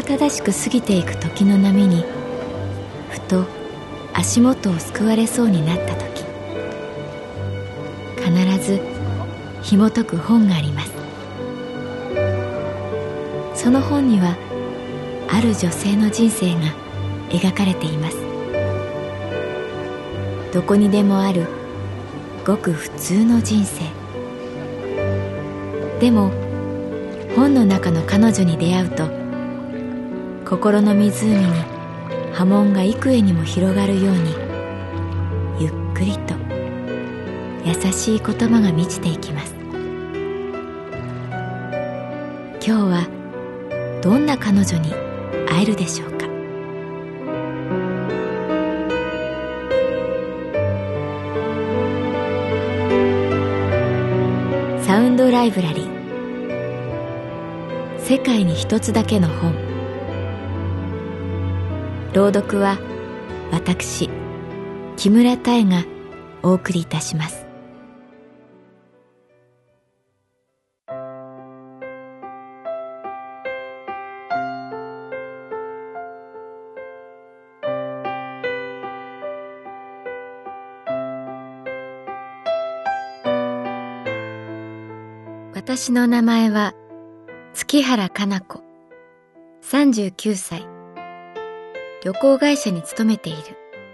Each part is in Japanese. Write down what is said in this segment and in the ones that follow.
慌ただしく過ぎていく時の波にふと足元をすくわれそうになった時、必ず紐解く本があります。その本にはある女性の人生が描かれています。どこにでもあるごく普通の人生でも、本の中の彼女に出会うと心の湖に波紋が幾重にも広がるように、ゆっくりと優しい言葉が満ちていきます。今日はどんな彼女に会えるでしょうか。サウンドライブラリー、世界に一つだけの本。朗読は私木村多江がお送りいたします。私の名前は月原かな子、39歳、旅行会社に勤めている。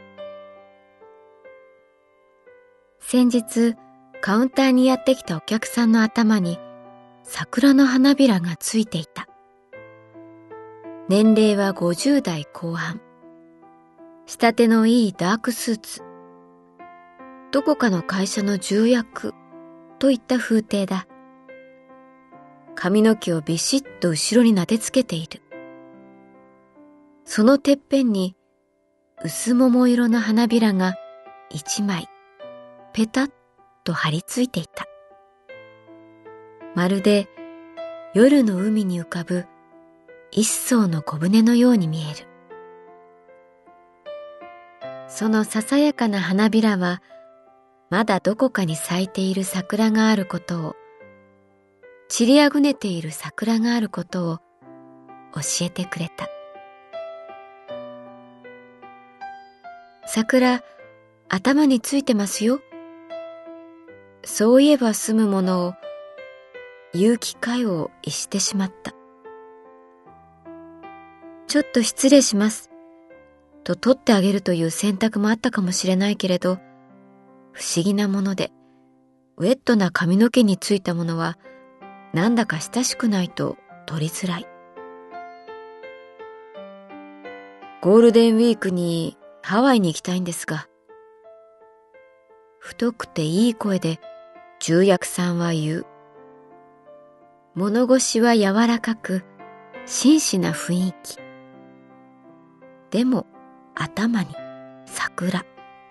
先日カウンターにやってきたお客さんの頭に桜の花びらがついていた。年齢は50代後半、仕立てのいいダークスーツ、どこかの会社の重役といった風景だ。髪の毛をビシッと後ろになでつけている。そのてっぺんに薄桃色の花びらが一枚ペタッと張り付いていた。まるで夜の海に浮かぶ一艘の小舟のように見える。そのささやかな花びらはまだどこかに咲いている桜があることを、散りあぐねている桜があることを教えてくれた。桜、頭についてますよ。そういえば済むものを言う機会を逸してしまった。ちょっと失礼します。と取ってあげるという選択もあったかもしれないけれど、不思議なもので、ウェットな髪の毛についたものは、なんだか親しくないと取りづらい。ゴールデンウィークにハワイに行きたいんですが、太くていい声で重役さんは言う。物腰は柔らかく、真摯な雰囲気。でも頭に桜。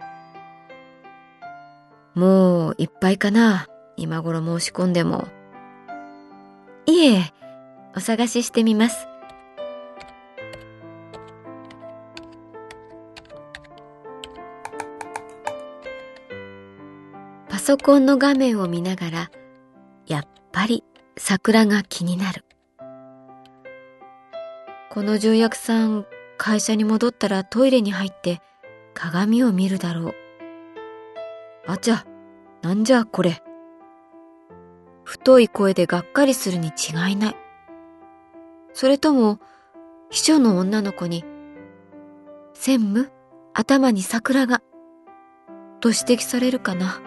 もういっぱいかな、今頃申し込んでも。いえ、お探ししてみます。パソコンの画面を見ながら、やっぱり桜が気になる。この重役さん、会社に戻ったらトイレに入って鏡を見るだろう。あちゃ、なんじゃこれ。太い声でがっかりするに違いない。それとも秘書の女の子に、専務、頭に桜が、と指摘されるかな。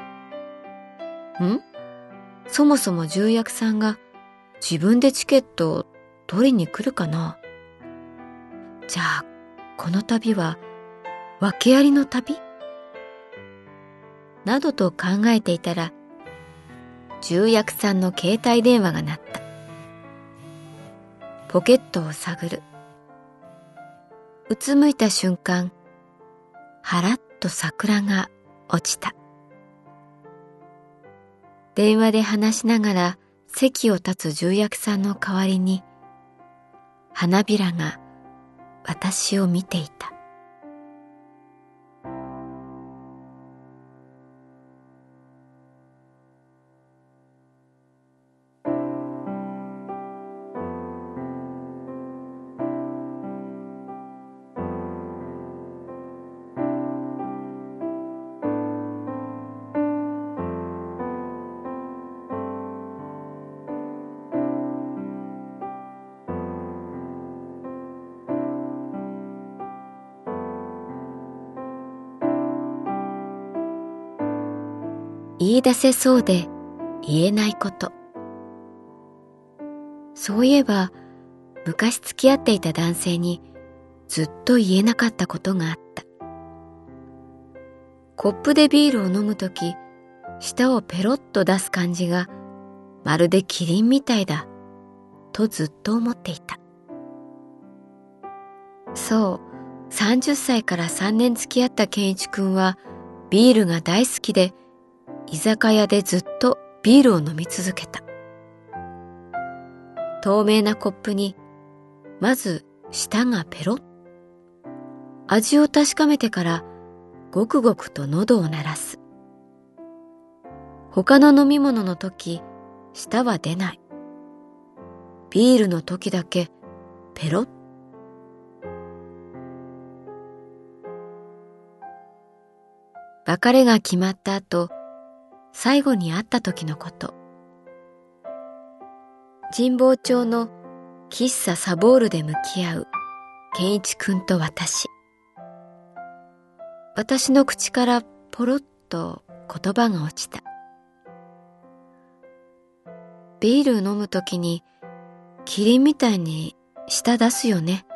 そもそも重役さんが自分でチケットを取りに来るかな。じゃあこの旅は訳ありの旅などと考えていたら、重役さんの携帯電話が鳴った。ポケットを探る。うつむいた瞬間、はらっと桜が落ちた。電話で話しながら席を立つ重役さんの代わりに、花びらが私を見ていた。 言い出せそうで言えないこと。そういえば昔付き合っていた男性にずっと言えなかったことがあった。コップでビールを飲むとき、舌をペロッと出す感じがまるでキリンみたいだとずっと思っていた。そう、30歳から3年付き合った健一くんはビールが大好きで、居酒屋でずっとビールを飲み続けた。透明なコップにまず舌がペロッ、味を確かめてからごくごくと喉を鳴らす。他の飲み物の時、舌は出ない。ビールの時だけペロッ。別れが決まった後、最後に会った時のこと。神保町の喫茶サボールで向き合う健一くんと私。私の口からポロッと言葉が落ちた。ビール飲むときにキリンみたいに舌出すよね。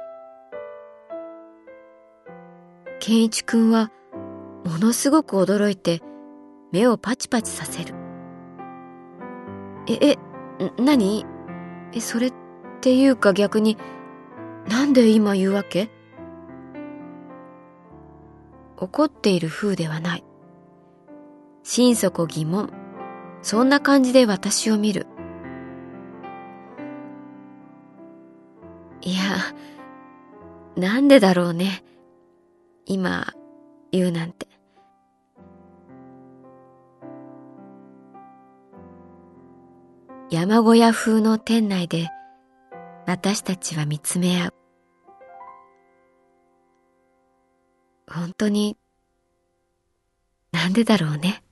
健一くんはものすごく驚いて目をパチパチさせる。何？それっていうか逆に、なんで今言うわけ？怒っている風ではない。心底疑問。そんな感じで私を見る。いや、なんでだろうね。今言うなんて。山小屋風の店内で私たちは見つめ合う。本当に、なんでだろうね。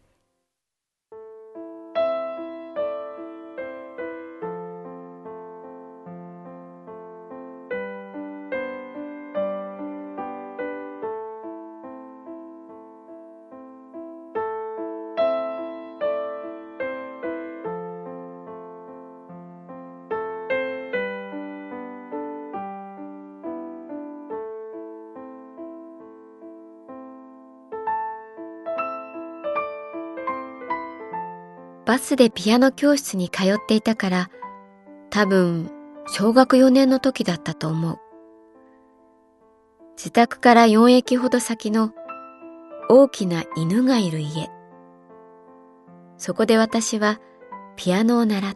バスでピアノ教室に通っていたから、多分小学4年の時だったと思う。自宅から4駅ほど先の大きな犬がいる家。そこで私はピアノを習った。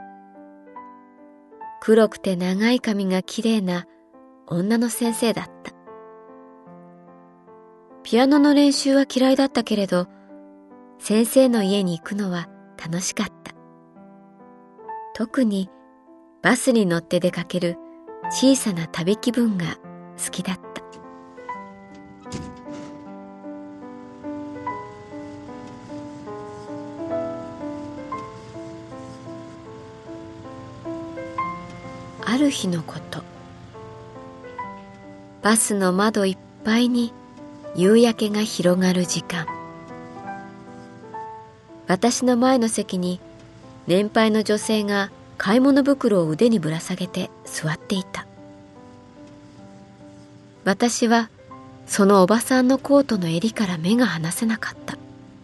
黒くて長い髪がきれいな女の先生だった。ピアノの練習は嫌いだったけれど、先生の家に行くのは楽しかった。特にバスに乗って出かける小さな旅気分が好きだった。ある日のこと、バスの窓いっぱいに夕焼けが広がる時間。私の前の席に年配の女性が買い物袋を腕にぶら下げて座っていた。私はそのおばさんのコートの襟から目が離せなかった。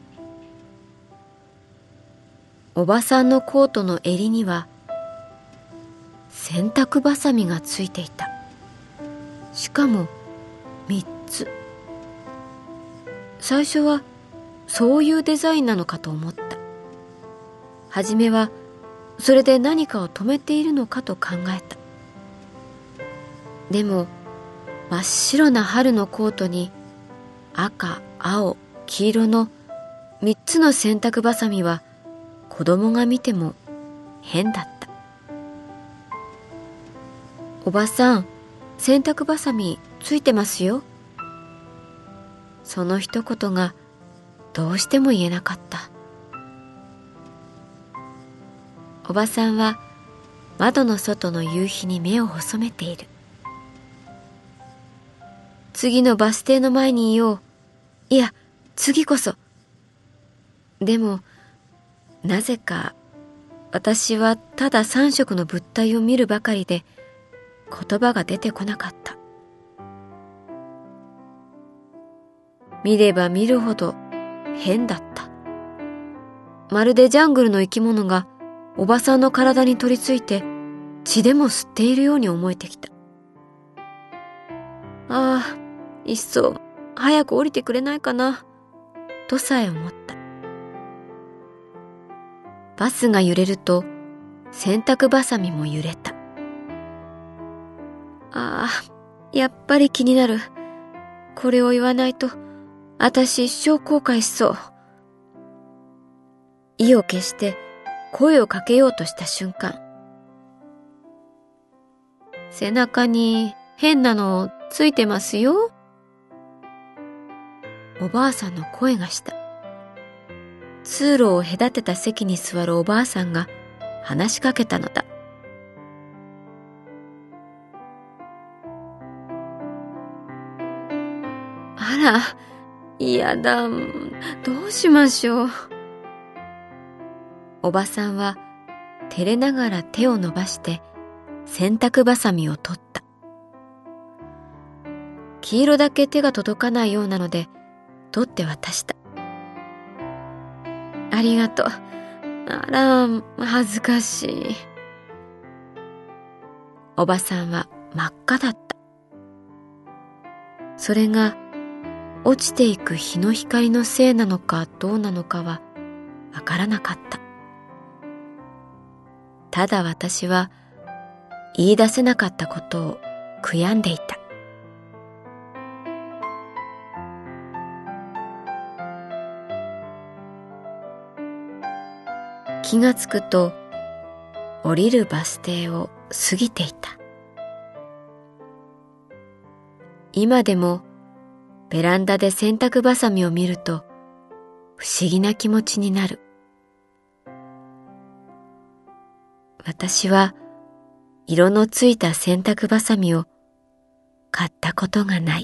おばさんのコートの襟には洗濯ばさみがついていた。しかも3つ。最初はそういうデザインなのかと思った。はじめはそれで何かを止めているのかと考えた。でも真っ白な春のコートに赤、青、黄色の3つの洗濯ばさみは子供が見ても変だった。おばさん、洗濯ばさみついてますよ。その一言がどうしても言えなかった。おばさんは窓の外の夕日に目を細めている。次のバス停の前にいよう。いや、次こそ。 でもなぜか私はただ3色の物体を見るばかりで言葉が出てこなかった。見れば見るほど変だった。まるでジャングルの生き物がおばさんの体に取り付いて血でも吸っているように思えてきた。ああ、いっそ早く降りてくれないかな、とさえ思った。バスが揺れると洗濯ばさみも揺れた。ああ、やっぱり気になる。これを言わないと私一生後悔しそう。意を決して声をかけようとした瞬間、背中に変なのついてますよ。おばあさんの声がした。通路を隔てた席に座るおばあさんが話しかけたのだ。あら、嫌だ。どうしましょう。おばさんは照れながら手を伸ばして洗濯ばさみを取った。黄色だけ手が届かないようなので取って渡した。ありがとう。あら、恥ずかしい。おばさんは真っ赤だった。それが落ちていく日の光のせいなのかどうなのかはわからなかった。ただ私は言い出せなかったことを悔やんでいた。気がつくと降りるバス停を過ぎていた。今でもベランダで洗濯ばさみを見ると不思議な気持ちになる。私は色のついた洗濯ばさみを買ったことがない。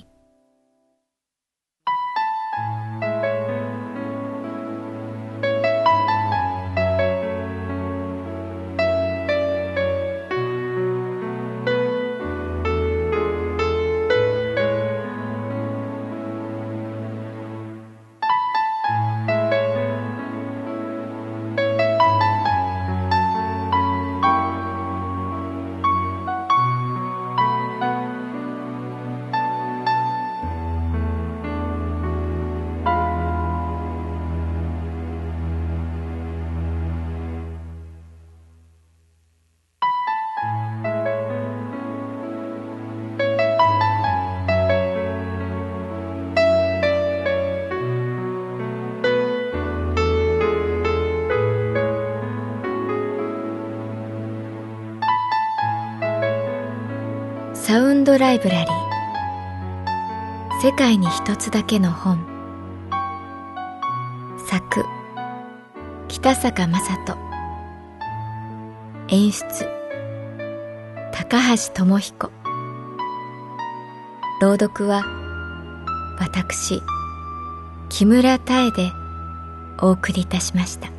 サウンドライブラリー、世界に一つだけの本。作北坂雅人、演出高橋智彦、朗読は私木村多江でお送りいたしました。